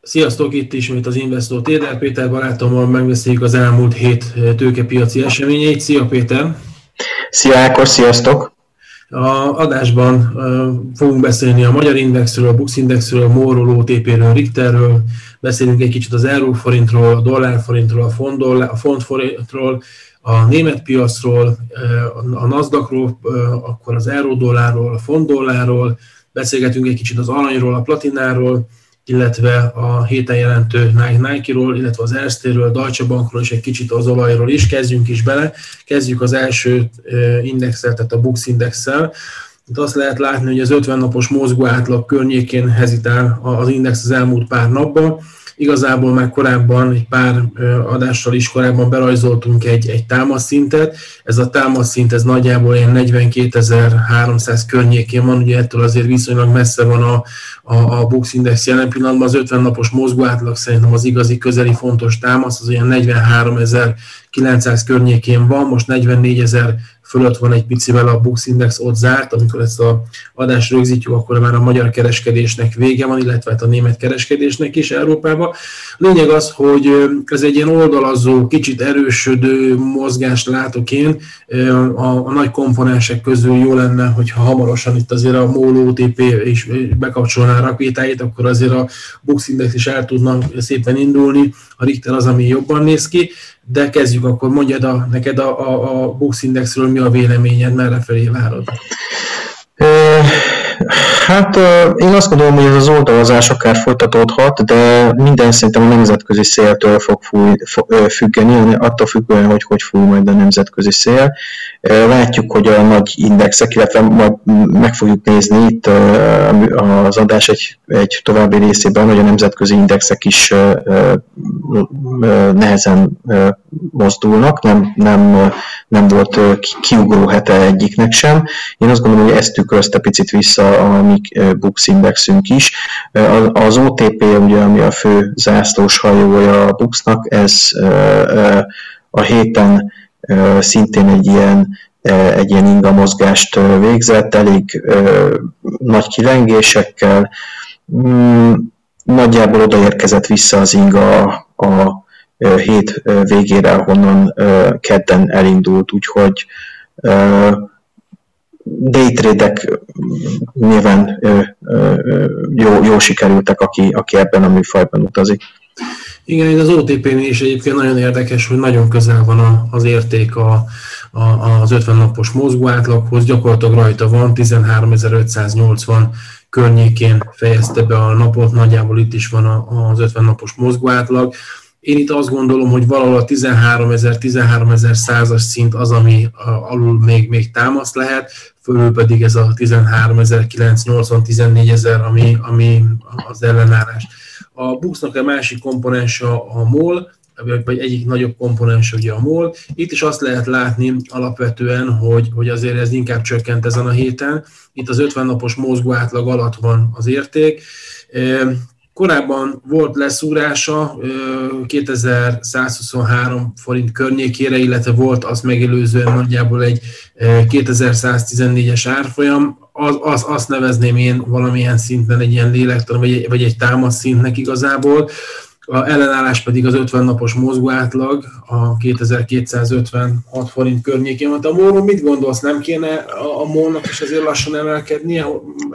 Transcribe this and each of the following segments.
Sziasztok, itt ismét az Investor Téder. Péter barátommal megbeszéljük az elmúlt hét tőkepiaci eseményeit. Szia Péter! Szia Ákos, sziasztok! A adásban fogunk beszélni a Magyar Indexről, a Bux Indexről, a MOL-ról, OTP-ről, Richterről, beszélünk egy kicsit az euróforintról, a dollárforintról, a fontforintról, a német piacról, a NASDAQ-ról, akkor az euró-dollárról, a font-dollárról, beszélgetünk egy kicsit az aranyról, a platináról, illetve a héten jelentő Nike-ról, illetve az Erste-ről, Deutsche Bankról és egy kicsit az olajról is. Kezdjünk is bele. Kezdjük az első indexel, tehát a Bux Indexel. Itt azt lehet látni, hogy az 50 napos mozgó átlag környékén hezitál az index az elmúlt pár napban. Igazából már korábban, egy pár adással is korábban berajzoltunk egy támaszszintet. Ez a támaszszint ez nagyjából ilyen 42.300 környékén van, ugye ettől azért viszonylag messze van a Bux Index jelen pillanatban. Az 50 napos mozgó átlag szerintem az igazi közeli fontos támasz, az olyan 43.900 környékén van, most 44.000 fölött van egy picivel a Bux Index, ott zárt, amikor ezt az adást rögzítjük, akkor már a magyar kereskedésnek vége van, illetve a német kereskedésnek is Európában. Lényeg az, hogy ez egy ilyen oldalazó, kicsit erősödő mozgást látok én. A nagy komponensek közül jó lenne, hogyha hamarosan itt azért a MOL OTP is bekapcsolná a rakétáit, akkor azért a Bux Index is el tudna szépen indulni. A Richter az, ami jobban néz ki. De kezdjük akkor, mondjad neked a Bux Indexről mi a véleményed, merre felé várod? Hát én azt gondolom, hogy ez az oldalazás akár folytatódhat, de minden szerintem a nemzetközi széltől fog függeni, attól függően, hogy fúj majd a nemzetközi szél. Látjuk, hogy a nagy indexek, illetve majd meg fogjuk nézni itt az adás egy további részében, hogy a nemzetközi indexek is nehezen mozdulnak, nem volt kiugró hete egyiknek sem. Én azt gondolom, hogy ezt tükrözte picit vissza a mi Bux Indexünk is. Az OTP, ugye, ami a fő zászlós hajója a Buxnak, ez a héten szintén egy ilyen inga mozgást végzett, elég nagy kilengésekkel. Nagyjából odaérkezett vissza az inga a hét végére, ahonnan kedden elindult, úgyhogy daytrade-ek nyilván jó sikerültek, aki ebben a műfajban utazik. Igen, az OTP-nél is egyébként nagyon érdekes, hogy nagyon közel van az érték az 50 napos mozgó átlaghoz, gyakorlatilag rajta van, 13.580 környékén fejezte be a napot, nagyjából itt is van az 50 napos mozgó átlag. Én itt azt gondolom, hogy valahol a 13.100-as szint az, ami alul még támaszt lehet, fölül pedig ez a 13.980-14.000, ami az ellenállás. A Buxnak a másik komponense a MOL, vagy egyik nagyobb komponens ugye a MOL. Itt is azt lehet látni alapvetően, hogy azért ez inkább csökkent ezen a héten. Itt az 50 napos mozgó átlag alatt van az érték. Korábban volt leszúrása 2123 forint környékére, illetve volt azt megelőzően nagyjából egy 2114-es árfolyam. Azt nevezném én valamilyen szinten egy ilyen lélektelen, vagy egy támaszszintnek igazából. A ellenállás pedig az 50 napos mozgó átlag, a 2256 forint környékén van. A MOL-ról mit gondolsz, nem kéne a MOL-nak is azért lassan emelkednie?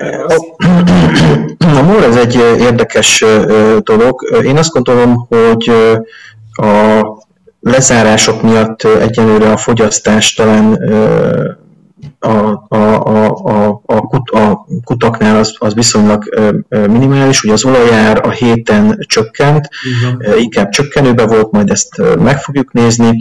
A MOL ez egy érdekes dolog. Én azt gondolom, hogy a lezárások miatt egyenlőre a fogyasztás talán a kutaknál az viszonylag minimális, ugye az olajár a héten csökkent, inkább csökkenőbe volt, majd ezt meg fogjuk nézni.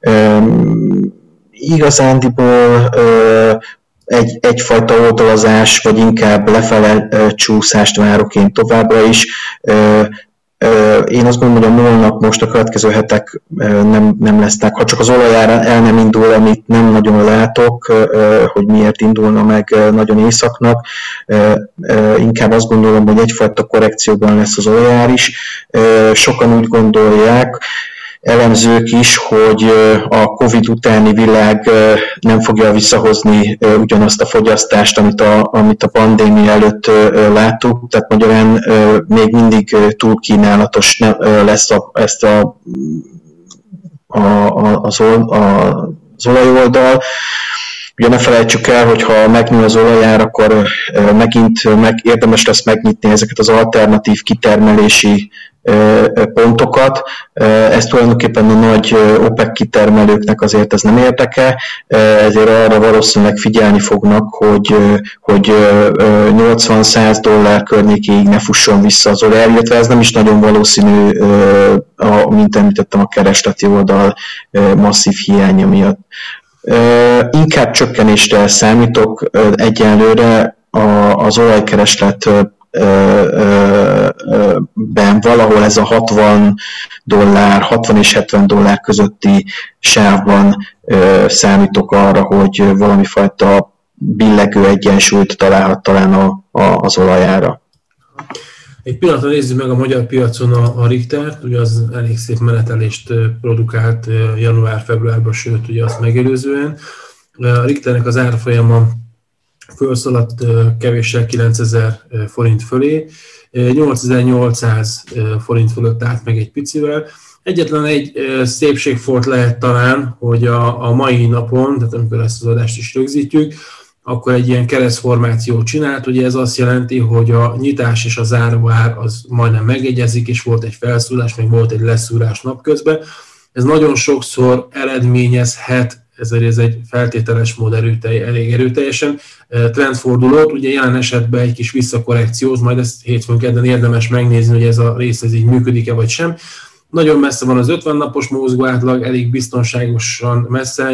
Igazándiból egyfajta oldalazás, vagy inkább lefele csúszást várok én továbbra is. Én azt gondolom, hogy a MOL-nak most a következő hetek nem lesznek, ha csak az olajár el nem indul, amit nem nagyon látok, hogy miért indulna meg nagyon északnak. Inkább azt gondolom, hogy egyfajta korrekcióban lesz az olajár is. Sokan úgy gondolják, elemzők is, hogy a Covid utáni világ nem fogja visszahozni ugyanazt a fogyasztást, amit a pandémia előtt láttuk, tehát magyarán még mindig túl kínálatos lesz az olajoldal. Ugye ne felejtsük el, hogy ha megnő az olajár, akkor megint érdemes lesz megnyitni ezeket az alternatív kitermelési pontokat. Ez tulajdonképpen a nagy OPEC kitermelőknek azért ez nem érdeke, ezért arra valószínűleg figyelni fognak, hogy $80-100 környékéig ne fusson vissza az olaj, illetve ez nem is nagyon valószínű, mint említettem, a keresleti oldal masszív hiánya miatt. Inkább csökkenésre számítok egyelőre az olajkeresletben valahol ez a $60, $60 és $70 közötti sávban számítok arra, hogy valami fajta billegő egyensúlyt találhat talán az olajára. Egy pillanatra nézzük meg a magyar piacon a Richtert, ugye az elég szép menetelést produkált január-februárban, sőt ugye azt megelőzően. A Richternek az árfolyama felszaladt kevéssel 9000 forint fölé, 8800 forint fölött állt meg egy picivel. Egyetlen egy szépségfolt lehet talán, hogy a mai napon, tehát amikor ezt az adást is rögzítjük, akkor egy ilyen keresztformációt csinált, ugye ez azt jelenti, hogy a nyitás és a záróár az majdnem megegyezik, és volt egy felszúrás, meg volt egy leszúrás napközben. Ez nagyon sokszor eredményezhet, ez egy feltételes mód elég erőteljesen trendfordulót, ugye jelen esetben egy kis visszakorrekciót, majd ezt hétfőn kedden érdemes megnézni, hogy ez a rész ez így működik-e vagy sem. Nagyon messze van az 50 napos mozgóátlag, elég biztonságosan messze,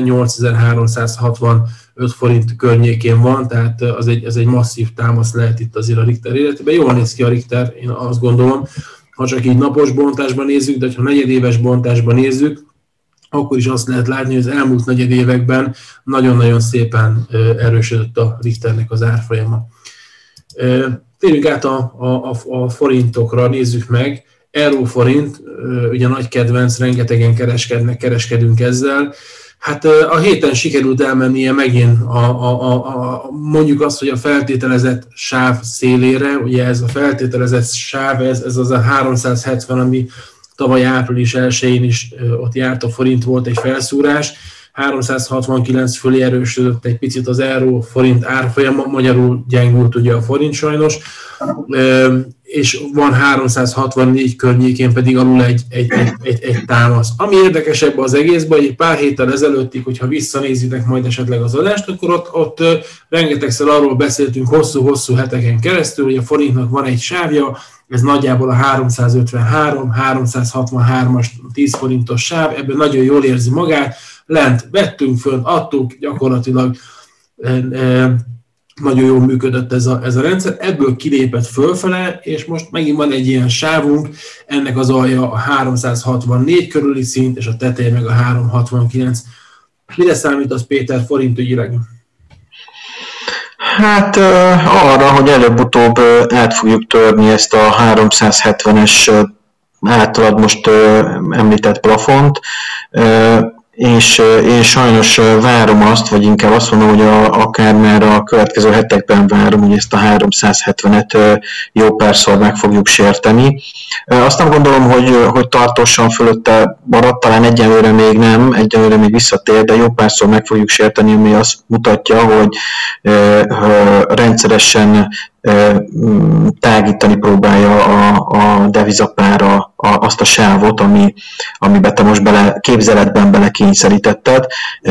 8365 forint környékén van, tehát ez egy masszív támasz lehet itt azért a Richter életében. Jól néz ki a Richter, én azt gondolom, ha csak így napos bontásban nézzük, de ha negyedéves bontásban nézzük, akkor is azt lehet látni, hogy az elmúlt negyedévekben nagyon-nagyon szépen erősödött a Richternek az árfolyama. Térjünk át a forintokra, nézzük meg. Euró-forint, ugye nagy kedvenc, rengetegen kereskedünk ezzel. Hát a héten sikerült elmennie megint mondjuk azt, hogy a feltételezett sáv szélére, ugye ez a feltételezett sáv, ez az a 370, ami tavaly április 1-én is ott járt a forint, volt egy felszúrás, 369 fölé erősödött egy picit az euró-forint árfolyama, magyarul gyengült ugye a forint sajnos, és van 364 környékén pedig alul egy támasz. Ami érdekesebb az egészben, hogy egy pár héttel ezelőttig, hogyha visszanézitek majd esetleg az adást, akkor ott rengetegszer arról beszéltünk hosszú-hosszú heteken keresztül, hogy a forintnak van egy sávja, ez nagyjából a 353-363-as 10 forintos sáv, ebben nagyon jól érzi magát, lent vettünk fönt, adtuk, gyakorlatilag nagyon jól működött ez a rendszer, ebből kilépett fölfele, és most megint van egy ilyen sávunk, ennek az alja a 364 körüli szint, és a teteje meg a 369. Mire számít az, Péter, forintügyileg? Hát arra, hogy előbb-utóbb át fogjuk törni ezt a 370-es általad most említett plafont, és én sajnos várom azt, vagy inkább azt mondom, hogy akár már a következő hetekben várom, hogy ezt a 370-et jó párszor meg fogjuk sérteni. Azt nem gondolom, hogy tartósan fölötte maradt, talán egyelőre még nem, egyelőre még visszatér, de jó párszor meg fogjuk sérteni, ami azt mutatja, hogy rendszeresen tágítani próbálja a devizapára azt a sávot, amiben te most képzeletben belekényszerítetted,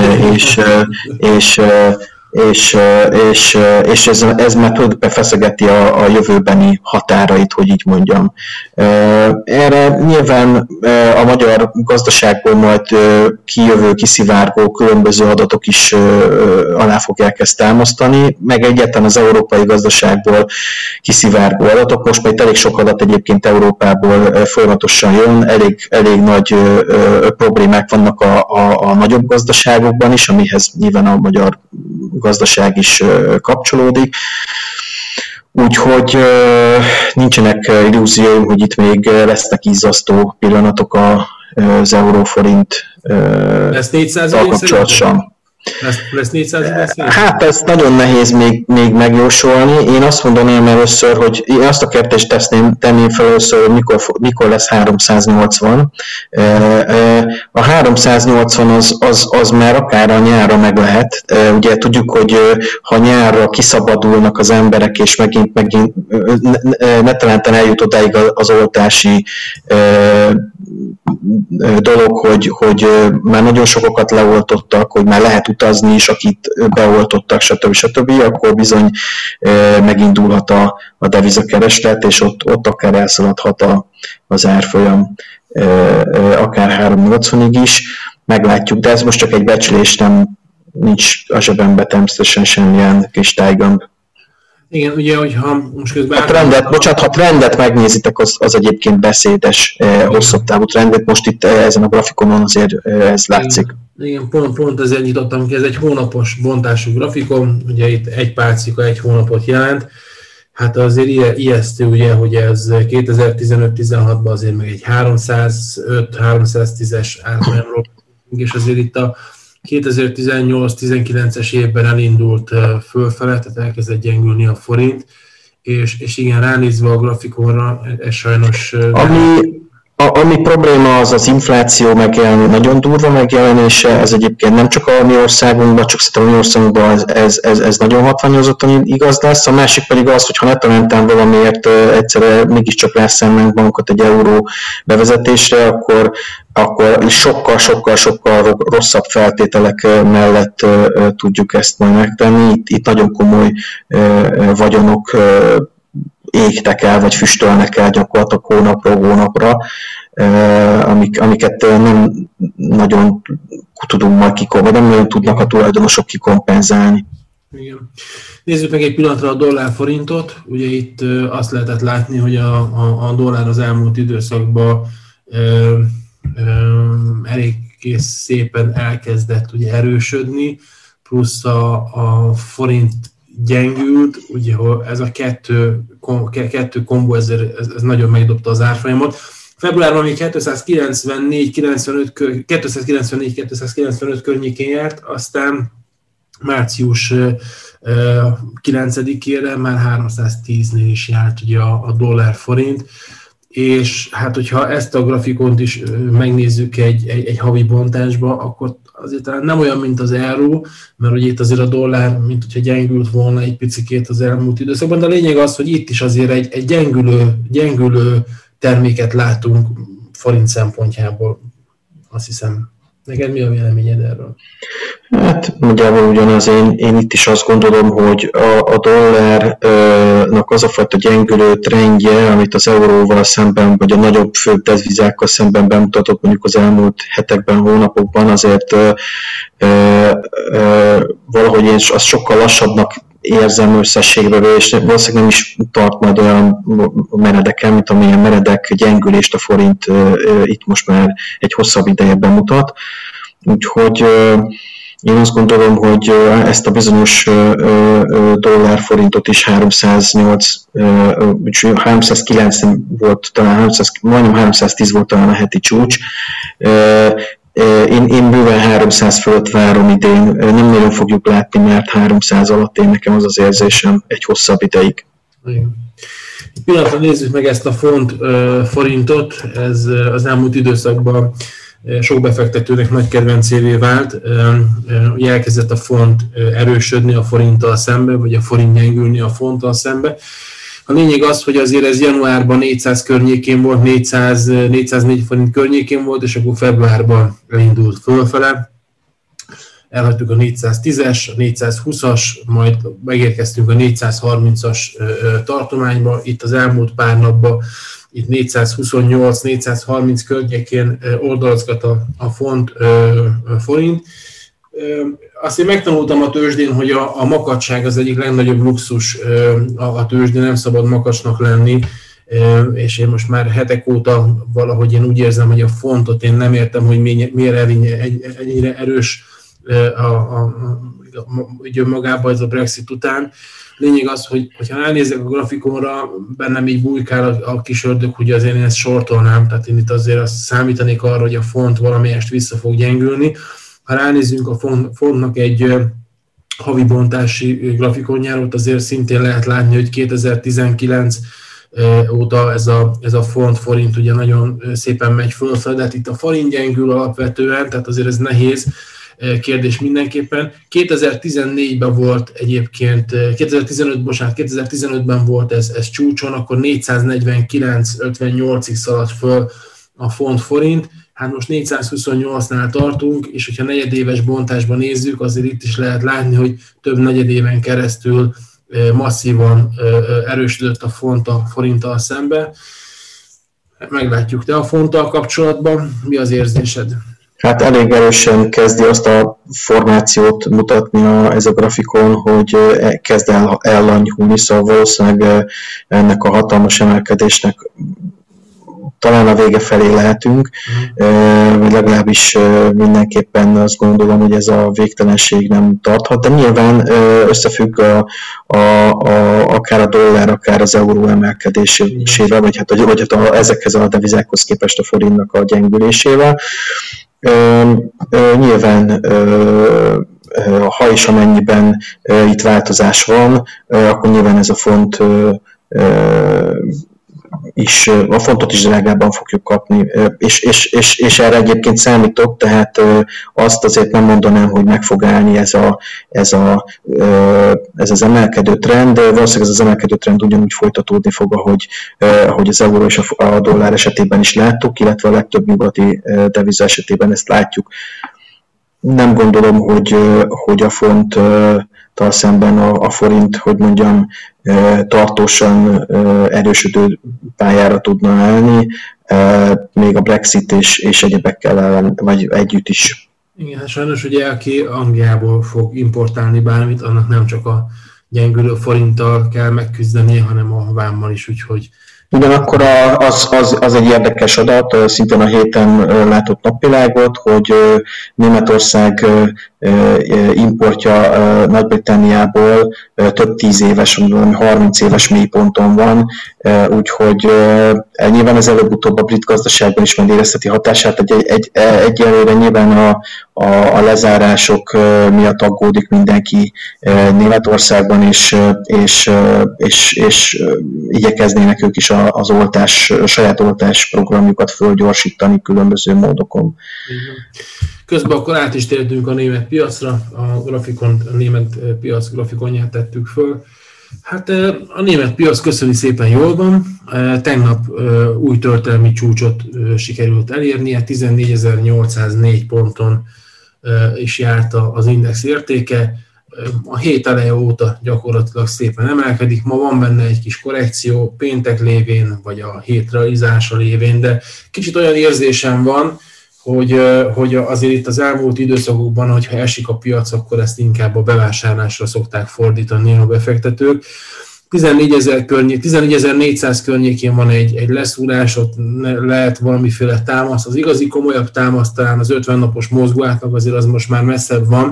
és ez már tulajdonképpen feszegeti a jövőbeni határait, hogy így mondjam. Erre nyilván a magyar gazdaságból majd kiszivárgó különböző adatok is alá fogják ezt támasztani, meg egyáltalán az európai gazdaságból kiszivárgó adatok. Most már itt elég sok adat egyébként Európából folyamatosan jön, elég nagy problémák vannak a nagyobb gazdaságokban is, amihez nyilván a magyar gazdaság is kapcsolódik. Úgyhogy nincsenek illúzióim, hogy itt még lesznek izzasztó pillanatok az euróforint kapcsolatosan. Lesz 400 idén? Hát ezt nagyon nehéz még megjósolni. Én azt mondanám először, hogy én azt a kérdést tenném fel először, hogy mikor lesz 380. A 380 az már akár a nyárra meg lehet. Ugye tudjuk, hogy ha nyárra kiszabadulnak az emberek, és megint nettelenten eljut odáig az oltási dolog, hogy már nagyon sokakat leoltottak, hogy már lehet utazni is, akit beoltottak, stb., akkor bizony megindulhat a devizakereslet, és ott akár elszaladhat az árfolyam akár 380-ig is. Meglátjuk, de ez most csak egy becslés, nincs a zsebembe természetesen semmilyen kis tájgömb. Igen, ugye, hogyha most közben... Ha trendet megnézitek, az egyébként beszédes, hosszabb távú trendet, most itt ezen a grafikonon azért ez látszik. Igen, pont ezért nyitottam ki, ez egy hónapos bontású grafikon, ugye itt egy pálcika egy hónapot jelent, hát azért ijesztő, ugye, hogy ez 2015-16-ban azért meg egy 305-310-es árfolyamról, és azért itt a 2018-19-es évben elindult fölfele, tehát elkezdett gyengülni a forint, és igen, ránézve a grafikonra, ez sajnos... Ami probléma az infláció nagyon durva megjelenése, ez egyébként nem csak a mi országunkban, csak szerintem a mi országunkban ez nagyon hatványozottan igaz lesz. A másik pedig az, hogy ha nettelenten valamiért egyszerre mégiscsak rászállnánk bankot egy euró bevezetésre, akkor sokkal rosszabb feltételek mellett tudjuk ezt majd megtenni. Itt nagyon komoly vagyonok égtek el, vagy füstölnek el gyakorlatilag hónapra, amiket nem nagyon tudunk majd vagy nem nagyon tudnak a tulajdonosok kikompenzálni. Igen. Nézzük meg egy pillanatra a dollár-forintot. Ugye itt azt lehetett látni, hogy a dollár az elmúlt időszakban elég szépen elkezdett ugye erősödni, plusz a forint gyengült, ugye ez a kettő kombó, ez nagyon megdobta az árfolyamot. Februárban még 294-295 környékén járt, aztán március 9-ére már 310-nél is járt ugye a dollár-forint, és hát hogyha ezt a grafikont is megnézzük egy havi bontásba, akkor azért talán nem olyan, mint az euró, mert ugye itt azért a dollár, mint hogyha gyengült volna egy picikét az elmúlt időszakban, de a lényeg az, hogy itt is azért egy gyengülő terméket látunk forint szempontjából, azt hiszem. Neked mi a véleményed erről? Hát nagyjából ugyanaz, én itt is azt gondolom, hogy a dollárnak az a fajta gyengülő trendje, amit az euróval szemben, vagy a nagyobb főbb devizákkal szemben bemutatott mondjuk az elmúlt hetekben, hónapokban, azért valahogy én azt sokkal lassabbnak érzem összességbe, és valószínűleg nem is tart majd olyan meredeken, mint amilyen meredek gyengülést a forint itt most már egy hosszabb ideje bemutat. Úgyhogy én azt gondolom, hogy ezt a bizonyos dollár-forintot is 309 volt talán, majdnem 310 volt talán a heti csúcs. Én bőven 300 fölött várom idén, nem nagyon fogjuk látni, mert 300 alatt én nekem az az érzésem egy hosszabb ideig. Egy pillanatra nézzük meg ezt a forintot, ez az elmúlt időszakban sok befektetőnek nagy kedvencévé vált. Ugye elkezdett a font erősödni a forinttal szembe, vagy a forint gyengülni a fonttal szembe. A lényeg az, hogy azért ez januárban 400 környékén volt, 404 forint környékén volt, és akkor februárban elindult fölfele. Elhagytuk a 410-es, a 420-as, majd megérkeztünk a 430-as tartományba. Itt az elmúlt pár napban itt 428-430 környékén oldalazgat a forint. Azt én megtanultam a tőzsdén, hogy a makacság az egyik legnagyobb luxus a tőzsdén, nem szabad makacsnak lenni, és én most már hetek óta valahogy én úgy érzem, hogy a fontot én nem értem, hogy miért ennyire erős ugye magába ez a Brexit után. Lényeg az, hogy ha elnézek a grafikonra, bennem így bujkál a kis ördög, hogy azért én ezt sortolnám, tehát én itt azért azt számítanék arra, hogy a font valamelyest vissza fog gyengülni. Ha ránézzünk a fontnak egy havi bontási grafikonjára, ott azért szintén lehet látni, hogy 2019 óta ez a forint ugye nagyon szépen megy fölfelé, de hát itt a forint gyengül alapvetően, tehát azért ez nehéz kérdés mindenképpen. 2014-ben volt egyébként, 2015-ben volt ez csúcson, akkor 449,58-ig szaladt föl a forint. Hát most 428-nál tartunk, és hogyha negyedéves bontásban nézzük, azért itt is lehet látni, hogy több negyedéven keresztül masszívan erősödött a font a forinttal szembe. Meglátjuk. Te a fonttal kapcsolatban mi az érzésed? Hát elég erősen kezdi azt a formációt mutatni ez a grafikon, hogy kezd el ellanyhulni, szóval valószínűleg ennek a hatalmas emelkedésnek talán a vége felé lehetünk, vagy legalábbis mindenképpen azt gondolom, hogy ez a végtelenség nem tarthat, de nyilván összefügg akár a dollár, akár az euró emelkedésével, vagy ezekhez a devizákhoz képest a forintnak a gyengülésével. Nyilván, ha és amennyiben itt változás van, akkor nyilván ez a font a fontot is drágábban fogjuk kapni, és erre egyébként számítok, tehát azt azért nem mondanám, hogy meg fog állni ez az emelkedő trend, de valószínűleg ez az emelkedő trend ugyanúgy folytatódni fog, ahogy az euró és a dollár esetében is láttuk, illetve a legtöbb nyugati deviza esetében ezt látjuk. Nem gondolom, hogy a fonttal szemben a forint, hogy mondjam, tartósan erősödő pályára tudna állni, még a Brexit és egyebekkel ellen, vagy együtt is. Igen, sajnos ugye aki Angliából fog importálni bármit, annak nem csak a gyengülő forinttal kell megküzdenie, hanem a vámmal is, úgyhogy ugyanakkor az egy érdekes adat, szintén a héten látott napvilágot, hogy Németország importja Nagy-Britanniából több 10 éves, 30 éves mélyponton van, úgyhogy nyilván ez előbb-utóbb a brit gazdaságban is majd érezheti hatását, egyelőre nyilván a lezárások miatt aggódik mindenki Németországban, és igyekeznének ők is a saját oltás programjukat fölgyorsítani különböző módokon. Közben akkor át is tértünk a német piacra, a német piac grafikonját tettük föl. Hát a német piac köszöni szépen jól van, tegnap új történelmi csúcsot sikerült elérnie, 14.804 ponton is járt az index értéke, a hét eleje óta gyakorlatilag szépen emelkedik, ma van benne egy kis korrekció, péntek lévén, vagy a hét realizálása lévén, de kicsit olyan érzésem van, hogy azért itt az elmúlt időszakokban, hogyha esik a piac, akkor ezt inkább a bevásárlásra szokták fordítani a befektetők. 14.400 környékén van egy leszúrás, ott lehet valamiféle támasz. Az igazi komolyabb támasz talán az 50 napos mozgóátlag, azért az most már messzebb van,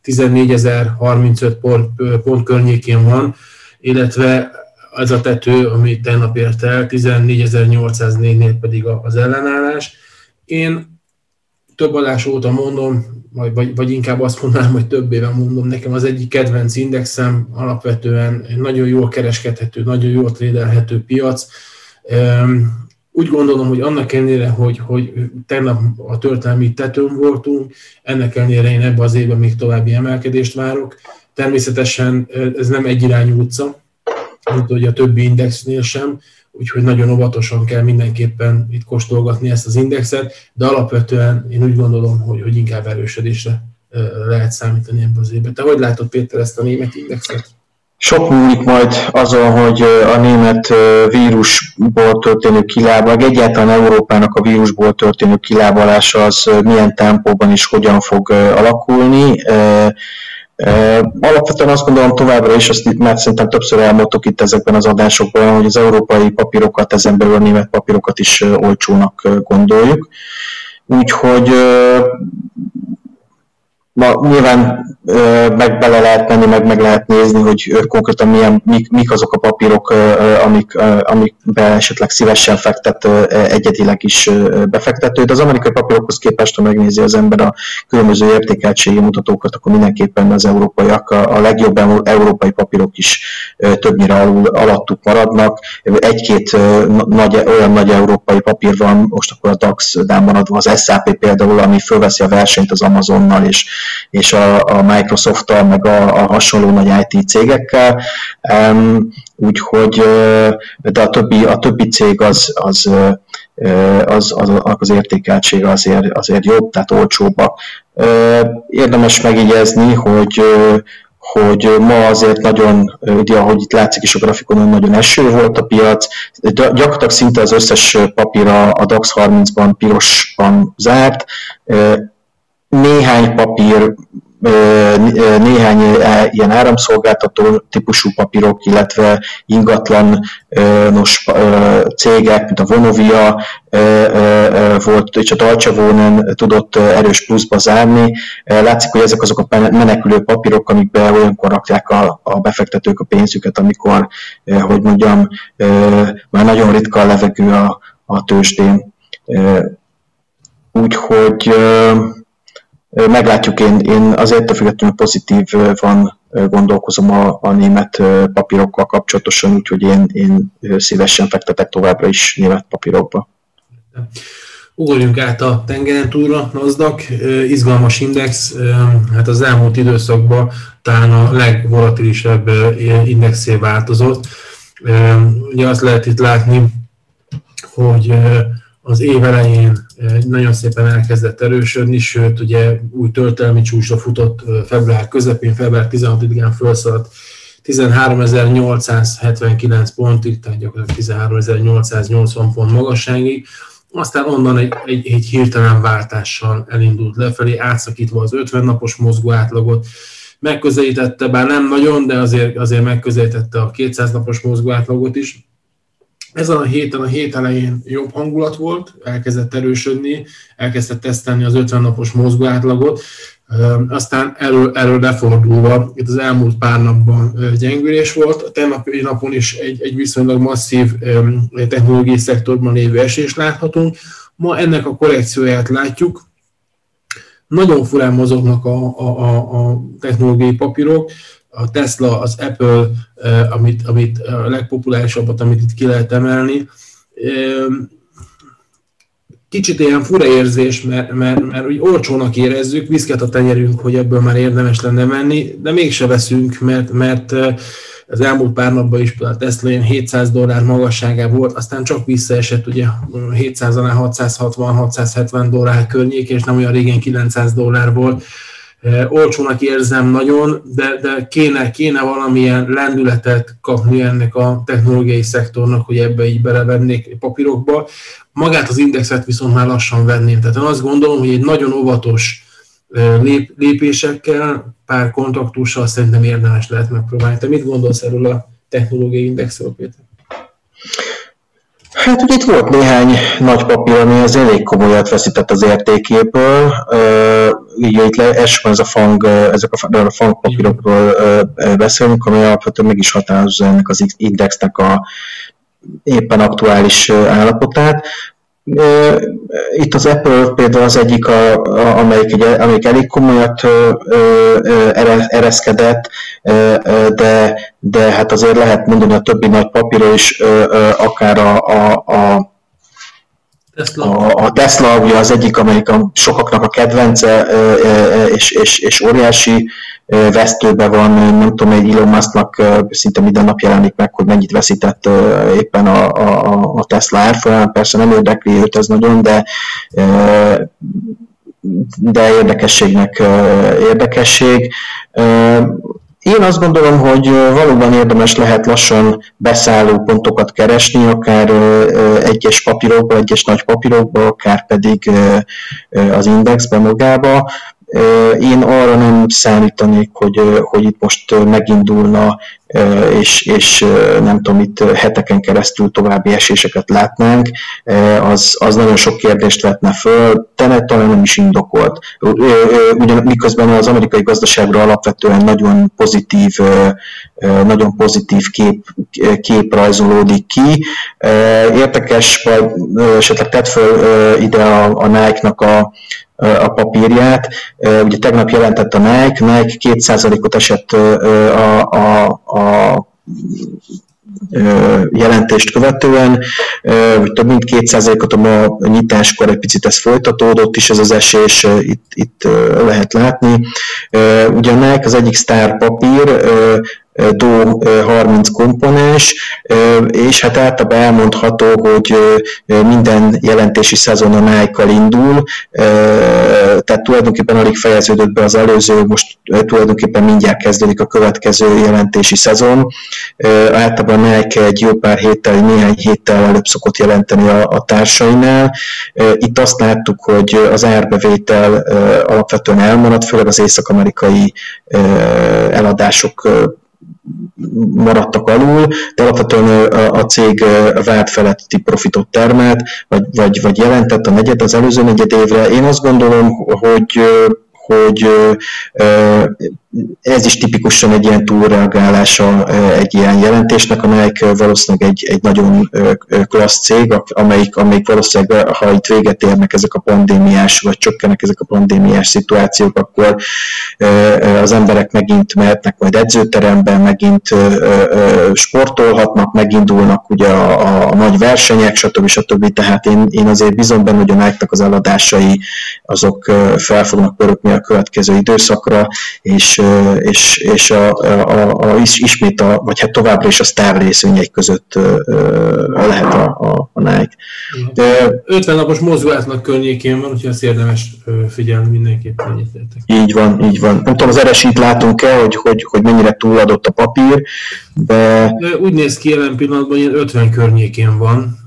14.035 pont környékén van, illetve az a tető, ami tegnap ért el, 14.804-nél pedig az ellenállás. Én több adás óta mondom, vagy inkább azt mondanám, hogy több éve mondom, nekem az egyik kedvenc indexem alapvetően nagyon jól kereskedhető, nagyon jól trédelhető piac. Úgy gondolom, hogy annak ellenére, hogy tegnap a történelmi tetőn voltunk, ennek ellenére én ebben az évben még további emelkedést várok. Természetesen ez nem egyirányú utca, mint hogy a többi indexnél sem, úgyhogy nagyon óvatosan kell mindenképpen itt kóstolgatni ezt az indexet, de alapvetően én úgy gondolom, hogy inkább erősödésre lehet számítani ebben az évben. Te hogy látod, Péter, ezt a német indexet? Sok múlik majd azon, hogy a német vírusból történő kilábalás, egyáltalán Európának a vírusból történő kilábalása az milyen tempóban és hogyan fog alakulni. Alapvetően azt gondolom továbbra is, azt már szerintem többször elmondtuk itt ezekben az adásokban, hogy az európai papírokat, ezen belül a német papírokat is olcsónak gondoljuk. Úgyhogy Nyilván meg bele lehet menni, meg lehet nézni, hogy konkrétan mik azok a papírok, amikbe esetleg szívesen fektet egyedileg is befektető. De az amerikai papírokhoz képest, ha megnézi az ember a különböző értékeltségi mutatókat, akkor mindenképpen az európaiak, a legjobb európai papírok is többnyire alattuk maradnak. Egy-két olyan nagy európai papír van, most akkor a DAX-nál maradva az SAP például, ami fölveszi a versenyt az Amazonnal és a Microsoft-tal, meg a hasonló nagy IT cégekkel, úgyhogy de a többi cég az értékeltsége azért jobb, tehát olcsóbbak. Érdemes megjegyezni, hogy ma azért nagyon, ugye, ahogy itt látszik is a grafikonon, nagyon eső volt a piac, gyakorlatilag szinte az összes papír a DAX 30-ban pirosban zárt, néhány papír, néhány ilyen áramszolgáltató típusú papírok, illetve ingatlanos cégek, mint a Vonovia volt, és a Deutsche Wohnen tudott erős pluszba zárni. Látszik, hogy ezek azok a menekülő papírok, amikbe olyankor rakják a befektetők a pénzüket, amikor, hogy mondjam, már nagyon ritka a levegő a tőzsdén. Úgyhogy meglátjuk, én azért függetlenül pozitívan gondolkozom a német papírokkal kapcsolatosan, úgyhogy én szívesen fektetek továbbra is német papírokba. Ugorjunk át a tengeren túlra, NASDAQ, izgalmas index, hát az elmúlt időszakban talán a legvolatilisebb indexé változott. Ugye azt lehet itt látni, hogy az év elején nagyon szépen elkezdett erősödni, sőt, ugye új történelmi csúcsra futott február közepén, február 16-án felszaladt 13.879 pontig, tehát gyakorlatilag 13.880 pont magasságig. Aztán onnan egy hirtelen váltással elindult lefelé, átszakítva az 50 napos mozgó átlagot. Megközelítette, bár nem nagyon, de azért megközelítette a 200 napos mozgó átlagot is. Ezen a hét elején jobb hangulat volt, elkezdett erősödni, elkezdett tesztelni az 50 napos mozgó átlagot, aztán erről lefordulva, itt az elmúlt pár napban gyengülés volt, a tegnapi napon is egy viszonylag masszív technológiai szektorban lévő esést láthatunk. Ma ennek a korrekcióját látjuk, nagyon furán mozognak a technológiai papírok, a Tesla, az Apple, amit a legpopulárisabbat, amit itt ki lehet emelni. Kicsit ilyen fura érzés, mert úgy olcsónak érezzük, viszket a tenyerünk, hogy ebből már érdemes lenne venni, de mégse veszünk, mert az elmúlt pár napban is a Tesla ilyen $700 magasságában volt, aztán csak visszaesett, ugye 700-nál $660-670 környék, és nem olyan régen $900 volt. Olcsónak érzem nagyon, de kéne valamilyen lendületet kapni ennek a technológiai szektornak, hogy ebbe így belevennék papírokba. Magát az indexet viszont már lassan venném. Tehát én azt gondolom, hogy egy nagyon óvatos lépésekkel, pár kontaktussal szerintem érdemes lehet megpróbálni. Te mit gondolsz erről a technológiai indexről, Péter? Hát ugye itt volt néhány nagy papír, ami az elég komolyat veszített az értékéből. Ugye itt elsősorban ezek a FANG papírokról beszélünk, ami alapvetően meg is határozza ennek az indexnek a éppen aktuális állapotát. Itt az Apple például az egyik, amelyik elég komolyat ereszkedett, de hát azért lehet mondani a többi nagy papírról is, akár a Tesla ugye az egyik, amelyik sokaknak a kedvence, és óriási vesztőben van, nem tudom, egy Elon Musknak szinte minden nap jelenik meg, hogy mennyit veszített éppen a Tesla árfolyamán. Persze nem érdekli őt ez nagyon, de érdekességnek érdekesség. Én azt gondolom, hogy valóban érdemes lehet lassan beszálló pontokat keresni, akár egyes papírokba, egyes nagy papírokba, akár pedig az indexbe magába. Én arra nem számítanék, hogy itt most megindulna és nem tudom, itt heteken keresztül további eséseket látnánk, az nagyon sok kérdést vetne föl, talán nem is indokolt. Miközben az amerikai gazdaságra alapvetően nagyon pozitív kép rajzolódik ki. Érdekes, vagy esetleg tett föl ide a Nike-nak a papírját. Ugye tegnap jelentett a Nike 2%-ot esett a jelentést követően, vagy több mint 2%-ot a nyitáskor egy picit ez folytatódott is, ez az esés itt lehet látni. Ugye a Nike az egyik sztár papír, DO 30 komponens, és hát általában elmondható, hogy minden jelentési szezon a Nike-kal indul, tehát tulajdonképpen alig fejeződött be az előző, most tulajdonképpen mindjárt kezdődik a következő jelentési szezon. Általában a Nike egy jó pár héttel, néhány héttel előbb szokott jelenteni a társainál. Itt azt láttuk, hogy az árbevétel alapvetően elmaradt, főleg az észak-amerikai eladások maradtak alul, de alapvetően a cég várt feletti profitot termelt, vagy jelentett az előző negyedévre. Én azt gondolom, hogy ez is tipikusan egy ilyen túlreagálása egy ilyen jelentésnek. A Nike valószínűleg egy nagyon klassz cég, amelyik valószínűleg, ha itt véget érnek ezek a pandémiás, vagy csökkennek ezek a pandémiás szituációk, akkor az emberek megint mehetnek majd edzőteremben, megint sportolhatnak, megindulnak ugye a nagy versenyek, stb. Tehát én azért bízom benne, hogy a Nike-nak az eladásai azok fel fognak pörögni a következő időszakra, és ismét vagy hát továbbra is a sztár részvények között lehet a Nike. De 50 napos mozgóátlag környékén van, úgyhogy azt érdemes figyelni mindenképpen. Így van. Nem tudom, az RSI-t látunk-e, hogy mennyire túladott a papír, de úgy néz ki jelen pillanatban, hogy 50 környékén van.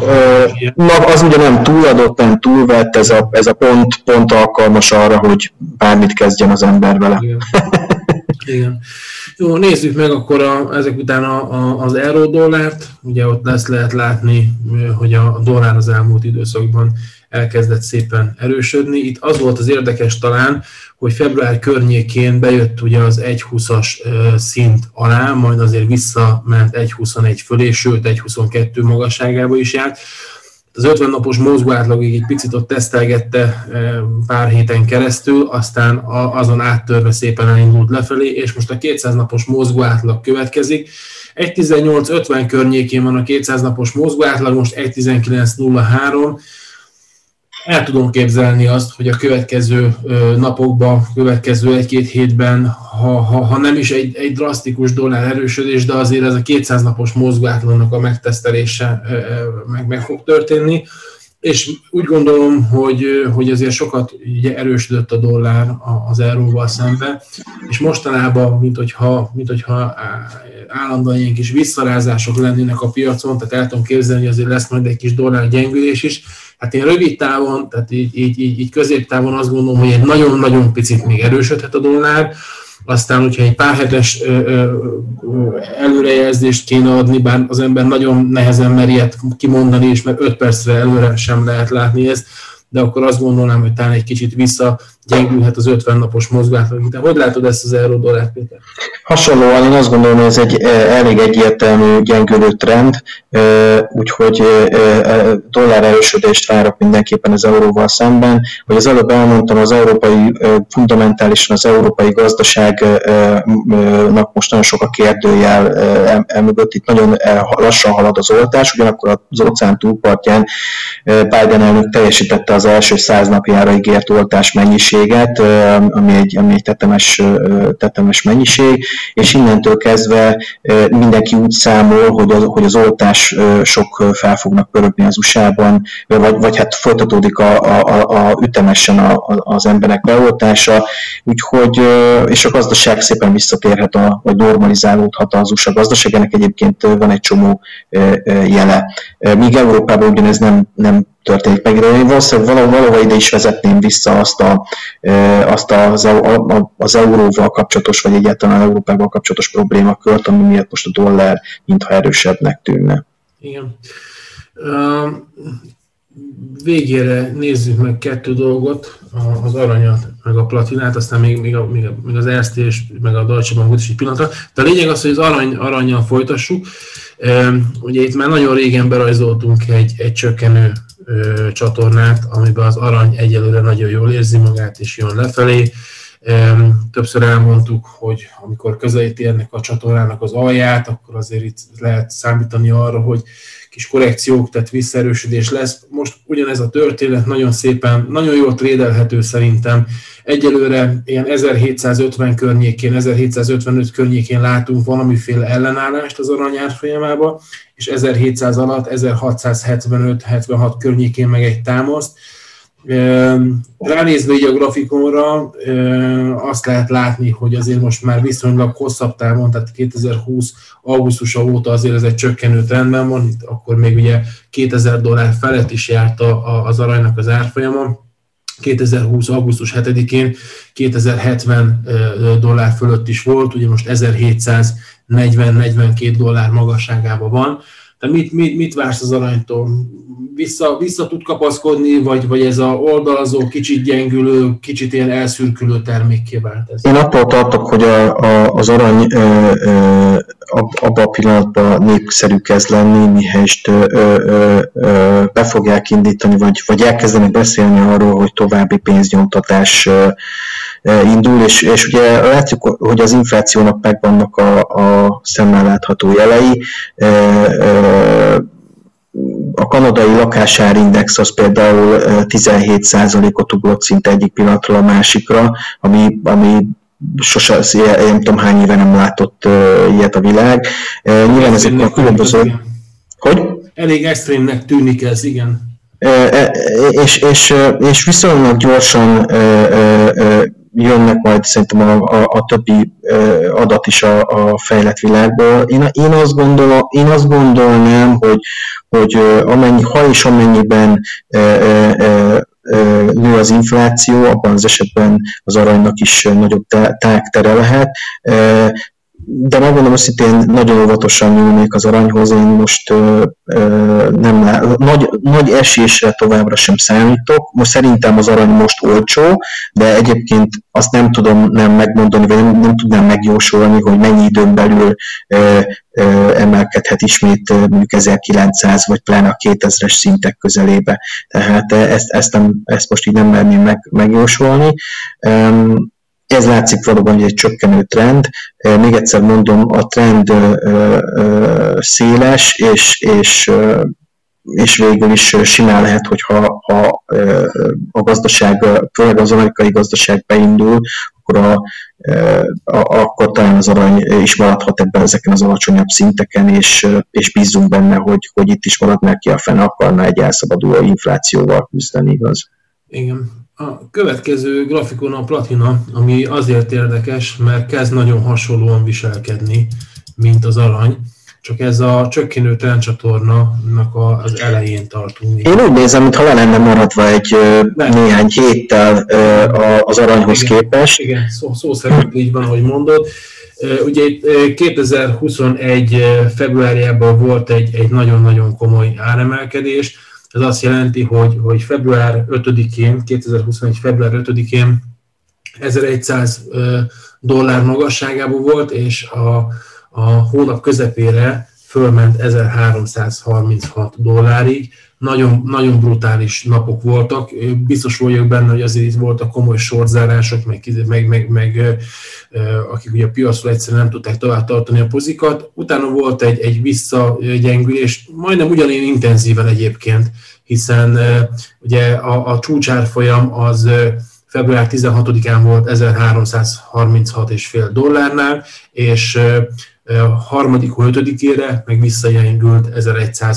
Az ugye nem túladott, nem túlvett, ez a pont alkalmas arra, hogy bármit kezdjen az ember vele. Igen. Jó, nézzük meg akkor ezek után az euró-dollárt. Ugye ott lehet látni, hogy a dollár az elmúlt időszakban elkezdett szépen erősödni. Itt az volt az érdekes talán, hogy február környékén bejött ugye az 1,20-as szint alá, majd azért visszament 1,21 fölé, sőt 1,22 magasságába is járt. Az 50 napos mozgóátlagig egy picit ott tesztelgette pár héten keresztül, aztán azon áttörve szépen elindult lefelé, és most a 200 napos mozgóátlag következik. 1,1850 környékén van a 200 napos mozgóátlag, most 1,1903. El tudom képzelni azt, hogy a következő napokban, következő egy-két hétben, ha nem is egy drasztikus dollár erősödés, de azért ez a 200 napos mozgóátlagnak a megtesztelése meg fog történni. És úgy gondolom, hogy azért sokat ugye erősödött a dollár az euróval szemben, és mostanában, mint hogyha állandóan ilyen kis visszarázások lennének a piacon, tehát el tudom képzelni, hogy azért lesz majd egy kis dollár gyengülés is. Hát én rövid távon, tehát így középtávon azt gondolom, hogy egy nagyon-nagyon picit még erősödhet a dollár, aztán, hogyha egy pár hetes előrejelzést kéne adni, bár az ember nagyon nehezen mer ilyet kimondani, és mert 5 percre előre sem lehet látni ezt, de akkor azt gondolnám, hogy talán egy kicsit visszagyengülhet az 50 napos mozgásnak. De hogy látod ezt az euró-dollárt, Péter? Hasonlóan én azt gondolom, hogy ez egy elég egyértelmű gyengülő trend, úgyhogy dollár erősödést várok mindenképpen az euróval szemben. Hogy az előbb elmondtam, az európai, fundamentálisan az európai gazdaságnak most nagyon sok a kérdőjel elmögött, itt nagyon lassan halad az oltás, ugyanakkor az óceán túlpartján Biden elnök teljesítette az első 100 napjára ígért oltás mennyiséget, ami egy tetemes mennyiség, és innentől kezdve mindenki úgy számol, hogy az oltások fel fognak pörögni az USA-ban, vagy hát folytatódik ütemesen az emberek beoltása, úgyhogy, és a gazdaság szépen visszatérhet, vagy normalizálódhat az USA gazdaság, ennek egyébként van egy csomó jele. Míg Európában ugyanez nem történik meg. De én valószínűleg valahol ide is vezetném vissza az euróval kapcsolatos, vagy egyáltalán Európával kapcsolatos problémakört, ami miatt most a dollár mintha erősebbnek tűnne. Igen. Végére nézzük meg 2 dolgot, az aranyat, meg a platinát, aztán még az Erste és meg a Deutsche Bankot is egy pillanatra. De a lényeg az, hogy az arannyal folytassuk. Ugye itt már nagyon régen berajzoltunk egy csökkenő csatornát, amiben az arany egyelőre nagyon jól érzi magát és jön lefelé. Többször elmondtuk, hogy amikor közelíti ennek a csatornának az alját, akkor azért itt lehet számítani arra, hogy kis korrekciók, tehát visszaerősödés lesz. Most ugyanez a történet nagyon szépen, nagyon jól trédelhető szerintem. Egyelőre ilyen 1750 környékén, 1755 környékén látunk valamiféle ellenállást az arany árfolyamába, és 1700 alatt 1675-76 környékén meg egy támaszt. Ránézve így a grafikonra azt lehet látni, hogy azért most már viszonylag hosszabb távon, tehát 2020 augusztusa óta azért ez egy csökkenő trendben van, itt akkor még ugye $2000 felett is járt az aranynak az árfolyama. 2020. augusztus 7-én $2070 fölött is volt, ugye most $1740-42 magasságában van. De mit vársz az aranytól? Vissza tud kapaszkodni, vagy ez a oldalazó, kicsit gyengülő, kicsit ilyen elszürkülő termékké vált ez? Én attól tartok, hogy az arany abban a pillanatban népszerű kezd lenni, mihelyest be fogják indítani, vagy elkezdenek beszélni arról, hogy további pénznyomtatás indul, és ugye látjuk, hogy az inflációnak megvannak a szemmel látható jelei. A kanadai lakásárindex az például 17%-ot ugrott szinte egyik pillanatról a másikra, ami sose, nem tudom hány éve nem látott ilyet a világ. Nyilván ezek a különböző... Hogy? Elég extrémnek tűnik ez, igen. És viszonylag gyorsan jönnek majd szerintem a többi adat is a fejlett világból. Én azt gondolnám, hogy ha és amennyiben nő az infláció, abban az esetben az aranynak is nagyobb tágtere lehet. De megmondom őszintén, nagyon óvatosan nyúlnék az aranyhoz, én most nagy esésre továbbra sem számítok. Most szerintem az arany most olcsó, de egyébként azt nem tudom megmondani, vagy nem tudnám megjósolni, hogy mennyi időn belül emelkedhet ismét mondjuk 1900 vagy pláne a 2000-es szintek közelébe. Tehát ezt most így nem merném megjósolni. Ez látszik valóban, hogy egy csökkenő trend. Még egyszer mondom, a trend széles, és végül is simán lehet, hogyha a gazdaság, főleg az amerikai gazdaság beindul, akkor talán az arany is maradhat ezeken az alacsonyabb szinteken, és bízunk benne, hogy itt is maradná ki, a fene akarna egy elszabaduló inflációval küzdeni, igaz? Igen. A következő grafikon a platina, ami azért érdekes, mert kezd nagyon hasonlóan viselkedni, mint az arany, csak ez a csökkenő trendcsatornának az elején tartunk. Én úgy nézem, mintha le lenne maradva néhány héttel az aranyhoz képest. Igen, szó szerint így van, ahogy mondod. Ugye 2021. februárjában volt egy nagyon-nagyon komoly áremelkedés. Ez azt jelenti, hogy február 5-én, 2021. február 5-én $1100 magasságában volt, és a hónap közepére fölment $1336-ig. Nagyon, nagyon brutális napok voltak. Biztos vagyok benne, hogy azért itt voltak komoly sortzárások, meg akik ugye a piacról egyszerűen nem tudták tovább tartani a pozikat. Utána volt egy visszagyengülés, majdnem ugyanilyen intenzíven egyébként, hiszen ugye a csúcsárfolyam az február 16-án volt $1336,5, és harmadik 5-ére meg visszagyengült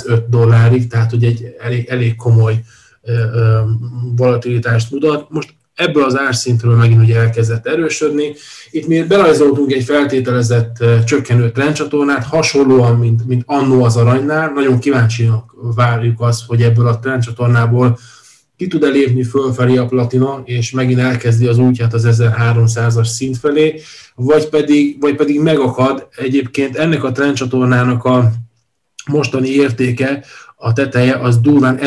$1105-ig, tehát ugye egy elég komoly volatilitást mutat. Most ebből az árszintről megint ugye elkezdett erősödni. Itt mi berajzoltunk egy feltételezett csökkenő trendcsatornát, hasonlóan, mint annó az aranynál. Nagyon kíváncsiak várjuk azt, hogy ebből a trendcsatornából ki tud elépni fölfelé a platina, és megint elkezdi az útját az 1300-as szint felé, vagy pedig megakad. Egyébként ennek a trendcsatornának a mostani értéke, a teteje az durván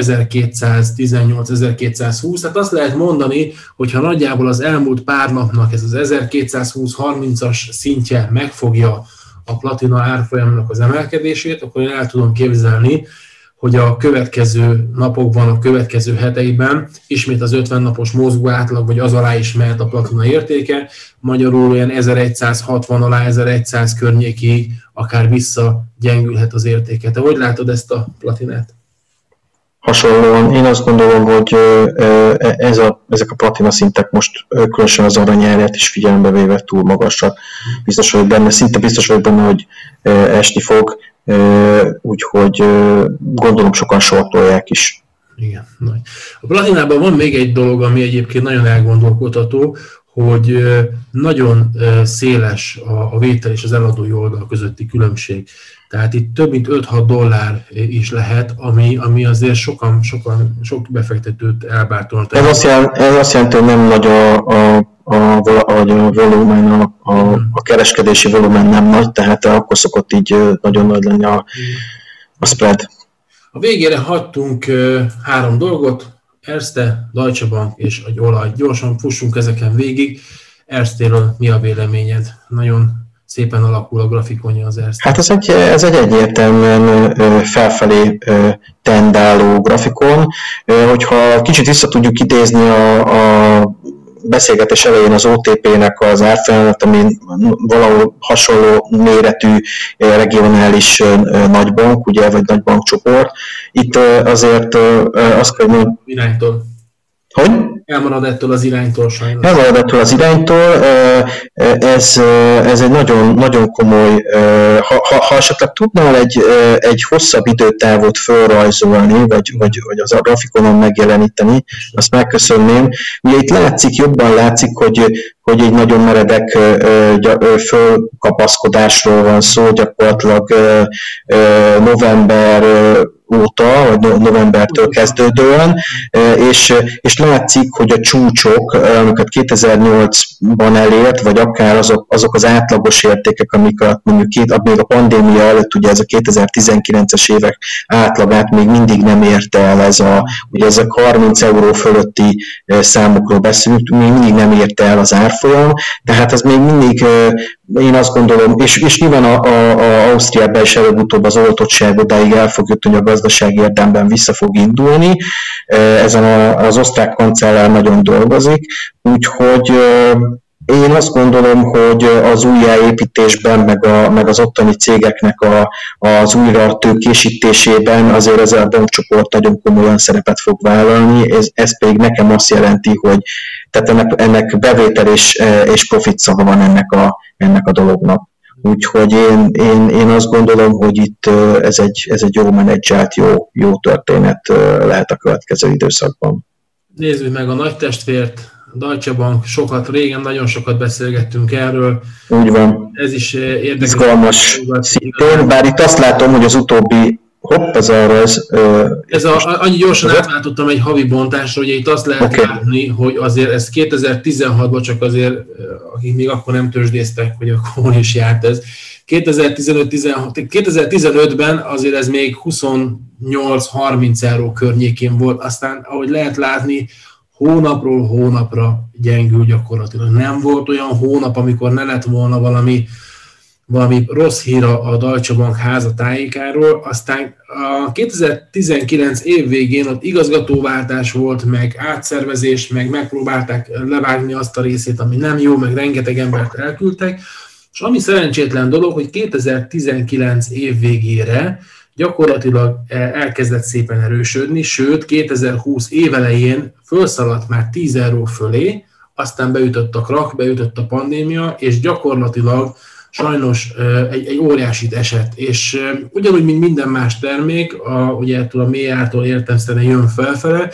1218-1220, tehát azt lehet mondani, hogy ha nagyjából az elmúlt pár napnak ez az 1220-30-as szintje megfogja a platina árfolyamának az emelkedését, akkor én el tudom képzelni, hogy a következő napokban, a következő heteiben ismét az 50 napos mozgó átlag, vagy az alá is mehet a platina értéke, magyarul olyan 1160 alá, 1100 környékig akár visszagyengülhet az értéke. Te hogy látod ezt a platinát? Hasonlóan én azt gondolom, hogy ezek a platina szintek most különösen az aranyárját is figyelembe véve túl magasak. Biztos vagyok benne, szinte biztos vagyok benne, hogy esni fog, úgyhogy gondolom sokan sortolják is. Igen. A platinában van még egy dolog, ami egyébként nagyon elgondolkodható, hogy nagyon széles a vétel és az eladói oldal közötti különbség. Tehát itt több mint $5-6 is lehet, ami azért sok befektetőt elbártolta. Ez azt jelenti, hogy nem nagy a volumen, a kereskedési volumen nem nagy, tehát akkor szokott így nagyon nagy lenni a spread. A végére hagytunk 3 dolgot, Erste, Deutsche Bank és egy olaj. Gyorsan fussunk ezeken végig. Erstéről mi a véleményed? Nagyon szépen alakul a grafikonja az Erste. Hát ez egy egyértelműen felfelé tendáló grafikon. Hogyha kicsit vissza tudjuk idézni a beszélgetés elején az OTP-nek az árfolyamat, ami valahol hasonló méretű regionális nagybank, ugye, vagy nagybankcsoport. Itt azért azt kell mondani... Iránytól. Hogy? Elmarad ettől az iránytól sajnos. Elmarad ettől az iránytól. Ez egy nagyon, nagyon komoly... Ha esetleg tudnál egy hosszabb időtávot felrajzolni, vagy az a grafikonon megjeleníteni, azt megköszönném. Ugye itt jobban látszik, hogy egy nagyon meredek fölkapaszkodásról van szó, gyakorlatilag november óta, vagy novembertől kezdődően, és látszik, hogy a csúcsok, amiket 2008-ban elért, vagy akár azok az átlagos értékek, amiket mondjuk még a pandémia előtt, ugye ez a 2019-es évek átlagát még mindig nem érte el, ugye ezek 30 euró fölötti számokról beszélünk, még mindig nem érte el az árfolyam, tehát ez még mindig, én azt gondolom, és nyilván Ausztriában is előbb-utóbb az oltottság odáig el fog jutni, hogy a gazdasági érdemben vissza fog indulni. Ezen az osztrák kancellár nagyon dolgozik, úgyhogy én azt gondolom, hogy az újjáépítésben, meg az ottani cégeknek az újra tőkésítésében azért ez a bankcsoport nagyon komolyan szerepet fog vállalni, ez pedig nekem azt jelenti, hogy tehát ennek bevétel és profit szava van ennek a dolognak. Úgyhogy én azt gondolom, hogy itt ez egy jó menedzselt, jó történet lehet a következő időszakban. Nézzük meg a nagy testvért, Deutsche Bank, régen nagyon sokat beszélgettünk erről. Úgy van. Ez is érdekes. Izgalmas szintén, bár itt azt látom, hogy az utóbbi annyi gyorsan átváltottam egy havi bontásra, hogy itt azt lehet látni, hogy azért ez 2016-ban csak azért, akik még akkor nem tőzsdéztek, hogy akkor hol is járt ez. 2015-ben azért ez még 28-30 euró környékén volt, aztán ahogy lehet látni, hónapról hónapra gyengül gyakorlatilag. Nem volt olyan hónap, amikor ne lett volna valami rossz hír a Deutsche Bank házatájékáról, aztán a 2019 év végén ott igazgatóváltás volt, meg átszervezés, meg megpróbálták levágni azt a részét, ami nem jó, meg rengeteg embert elküldtek, és ami szerencsétlen dolog, hogy 2019 év végére gyakorlatilag elkezdett szépen erősödni, sőt 2020 évelején felszaladt már 10 euró fölé, aztán beütött a krak, beütött a pandémia, és gyakorlatilag sajnos egy óriásit esett, és ugyanúgy, mint minden más termék, ugye ettől a mélyártól értelemszerűen jön felfele,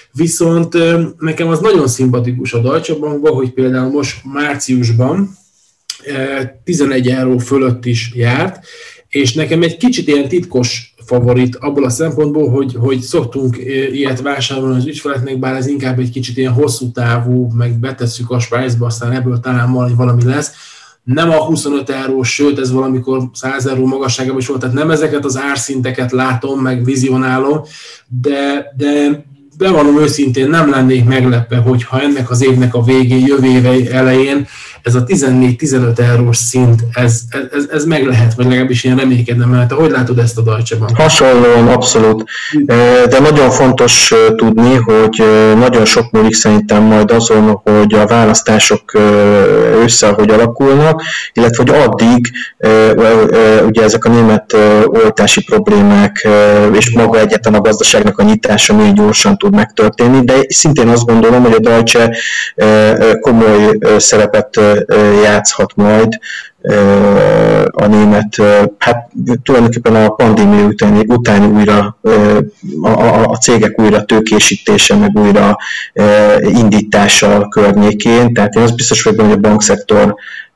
Viszont nekem az nagyon szimpatikus a Deutsche Bankban, hogy például most márciusban 11 euró fölött is járt, és nekem egy kicsit ilyen titkos favorit abból a szempontból, hogy szoktunk ilyet vásárolni az ügyfeleknek, bár ez inkább egy kicsit ilyen hosszú távú, meg betesszük a Svájcba, aztán ebből talán valami lesz. Nem a 25 eurós, sőt ez valamikor 100 euró magasságában is volt, tehát nem ezeket az árszinteket látom, meg vizionálom, de bevallom őszintén, nem lennék meglepve, hogyha ennek az évnek a végén, jövő éve elején ez a 14-15 eurós szint, ez meg lehet, vagy legalábbis ilyen reménykednem, mert hogy látod ezt a Deutsche Bank? Hasonlóan, abszolút. De nagyon fontos tudni, hogy nagyon sok múlik szerintem majd azon, hogy a választások ősszel hogy alakulnak, illetve hogy addig ugye ezek a német oltási problémák és maga egyáltalán a gazdaságnak a nyitása milyen gyorsan tud megtörténni, de szintén azt gondolom, hogy a Deutsche komoly szerepet játszhat majd a német, hát tulajdonképpen a pandémia utáni újra a cégek újra tőkésítése, meg újra indítása környékén, tehát én az biztos vagyok, hogy a bankszektor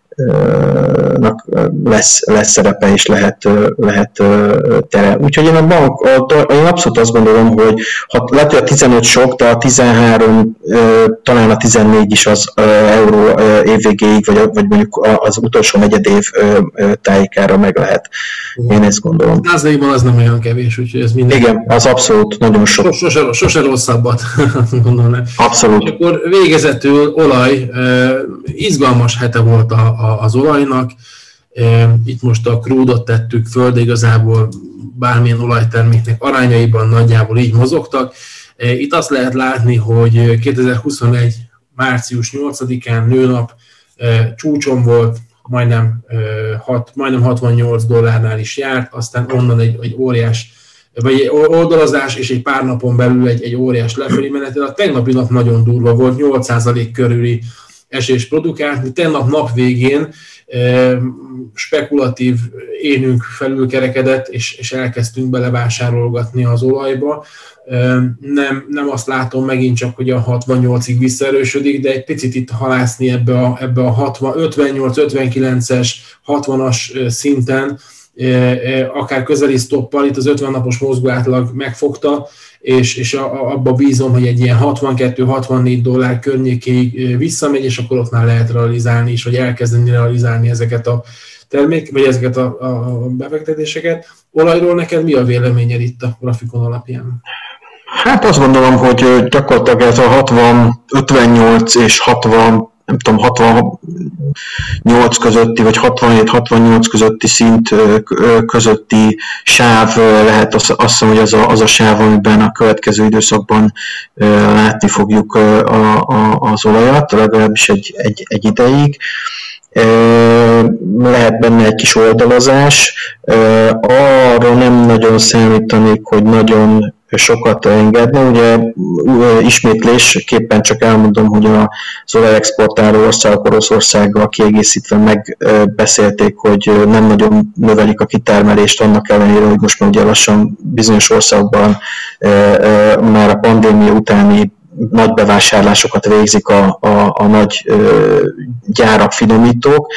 lesz szerepe és lehet tere. Úgyhogy én én abszolút azt gondolom, hogy lehet, hogy a 15 sok, de a 13, talán a 14 is az euró évvégéig, vagy mondjuk az utolsó negyed év tájékára meg lehet. Én ezt gondolom. Százalékban az nem olyan kevés, úgyhogy ez minden. Igen, az abszolút nagyon sok. Sose rosszabbat, gondolom. Abszolút. És akkor végezetül olaj, izgalmas hete volt az olajnak. Itt most a crude-ot tettük föl, de igazából bármilyen olajterméknek arányaiban nagyjából így mozogtak. Itt azt lehet látni, hogy 2021. március 8-án nőnap csúcson volt, majdnem 68 dollárnál is járt, aztán onnan egy óriás, vagy egy oldalazás, és egy pár napon belül egy óriás lefelé menetel. A tegnapi nap nagyon durva volt, 8% körüli esés produkált. Tegnap végén spekulatív énünk felülkerekedett, és elkezdtünk belevásárolgatni az olajba. Nem azt látom megint csak, hogy a 68-ig visszaerősödik, de egy picit itt halászni ebbe a 58-59-es, 60-as szinten, akár közeli sztoppal, itt az 50 napos mozgóátlag megfogta, és abba bízom, hogy egy ilyen 62-64 dollár környékéig visszamegy, és akkor ott már lehet realizálni is, vagy elkezdeni realizálni ezeket a vagy ezeket a befektetéseket. Olajról neked mi a véleményed itt a grafikon alapján? Hát azt gondolom, hogy gyakorlatilag ez a 58 és 60, nem tudom, 68 közötti, vagy 67-68 közötti szint közötti sáv lehet, azt hiszem, hogy az a sáv, amiben a következő időszakban látni fogjuk az olajat, legalábbis egy ideig. Lehet benne egy kis oldalazás, arra nem nagyon számítanék, hogy nagyon sokat engedne. Ugye ismétlésképpen csak elmondom, hogy az olajexportáló országok Oroszországgal kiegészítve megbeszélték, hogy nem nagyon növelik a kitermelést, annak ellenére, hogy most már ugye lassan bizonyos országokban már a pandémia utáni nagy bevásárlásokat végzik a nagy gyárak, finomítók,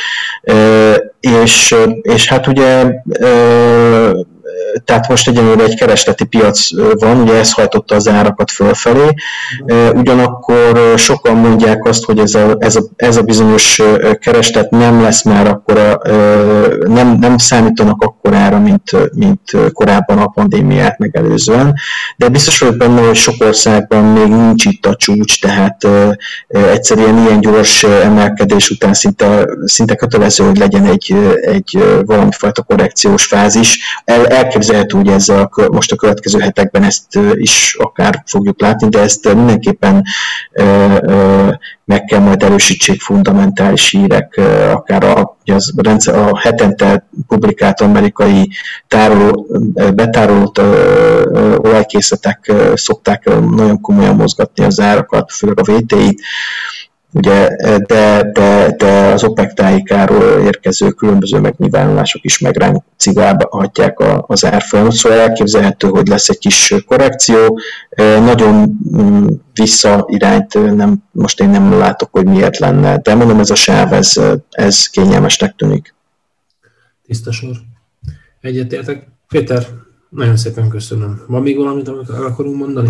és hát ugye tehát most egyenlőre egy keresleti piac van, ugye ez hajtotta az árakat fölfelé, ugyanakkor sokan mondják azt, hogy ez a bizonyos kereslet nem lesz már akkora, nem számítanak akkorára, mint korábban a pandémiát megelőzően, de biztos vagyok benne, hogy sok országban még nincs itt a csúcs, tehát egyszerűen ilyen gyors emelkedés után szinte kötelező, hogy legyen egy valamifajta korrekciós fázis. Elképzelhető, hogy most a következő hetekben ezt is akár fogjuk látni, de ezt mindenképpen meg kell majd erősítsék fundamentális hírek, akár a hetente publikált amerikai betárolt olajkészletek szokták nagyon komolyan mozgatni az árakat, főleg a VTI-t. ugye, de az OPEC tájikáról érkező különböző megnyilvánulások is megráncigálhatják az árfolyamot, szóval elképzelhető, hogy lesz egy kis korrekció. Nagyon visszairányt most én nem látok, hogy miért lenne, de mondom, ez a sáv, ez kényelmesnek tűnik. Tiszta sor. Egyetértek. Péter, nagyon szépen köszönöm. Van még valamit, amit el akarunk mondani?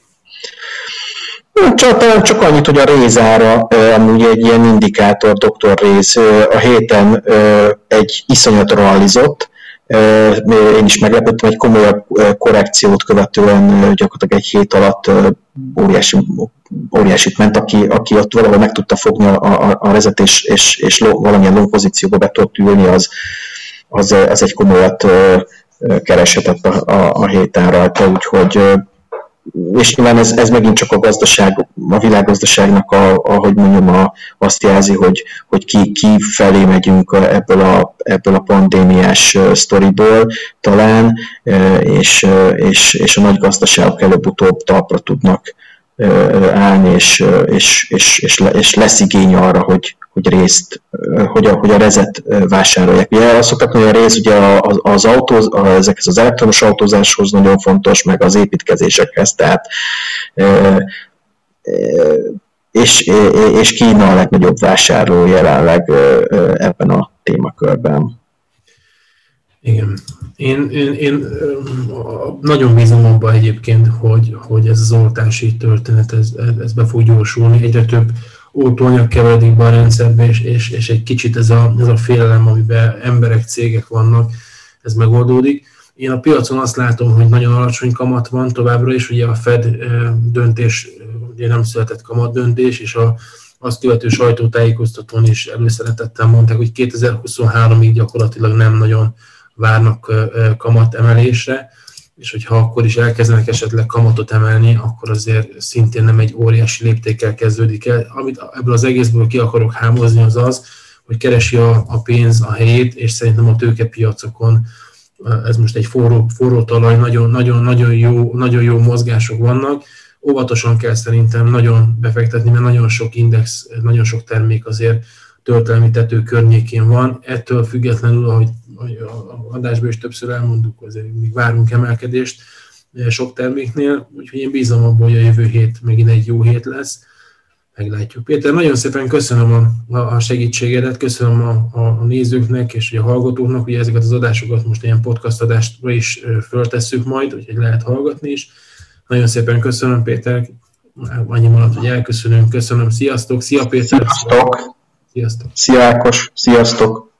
Csak annyit, hogy a rézára, amúgy egy ilyen indikátor, Dr. Réz a héten egy iszonyat realizott, én is meglepődtem, egy komolyabb korrekciót követően gyakorlatilag egy hét alatt óriásit ment, aki ott valahol meg tudta fogni a rezet, és valamilyen long pozícióba be tudott ülni, az egy komolyat kereshetett a héten rajta, úgyhogy és nyilván ez megint csak a világgazdaságnak, ahogy mondjam, azt jelzi, hogy ki felé megyünk ebből a pandémiás sztoriból talán, és a nagy gazdaságok előbb-utóbb talpra tudnak állni, és lesz igény arra, hogy a rezet vásárolják. Ugye azt szokták, hogy a rész ugye ezekhez az elektromos autózáshoz nagyon fontos, meg az építkezésekhez, tehát és Kína a legnagyobb vásárló jelenleg ebben a témakörben. Igen. Én nagyon bízom abban egyébként, hogy ez az oltási történet, ez be fog gyorsulni. Egyre több oltóanyag keveredik be a rendszerbe, és egy kicsit ez a félelem, amiben emberek, cégek vannak, ez megoldódik. Én a piacon azt látom, hogy nagyon alacsony kamat van továbbra is, ugye a Fed döntés, ugye nem született kamat döntés, és azt követő sajtótájékoztatón is előszeretettel mondták, hogy 2023-ig gyakorlatilag nem nagyon várnak kamat emelésre, és hogyha akkor is elkezdenek esetleg kamatot emelni, akkor azért szintén nem egy óriási léptékkel kezdődik el. Amit ebből az egészből ki akarok hámozni, az, hogy keresi a pénz a helyét, és szerintem a tőkepiacokon ez most egy forró talaj, nagyon jó mozgások vannak. Óvatosan kell szerintem nagyon befektetni, mert nagyon sok index, nagyon sok termék azért történelmi tető környékén van. Ettől függetlenül, ahogy a adásban is többször elmondtuk, azért még várunk emelkedést sok terméknél, úgyhogy én bízom abban, hogy a jövő hét megint egy jó hét lesz. Meglátjuk. Péter, nagyon szépen köszönöm a segítségedet, köszönöm a nézőknek és a hallgatóknak, hogy ezeket az adásokat most ilyen podcast adásra is föltesszük majd, úgyhogy lehet hallgatni is. Nagyon szépen köszönöm, Péter. Annyi maradt, hogy elköszönöm. Köszönöm. Sziasztok. Szia, Péter. Sziasztok. Szia, Ákos. Sziasztok.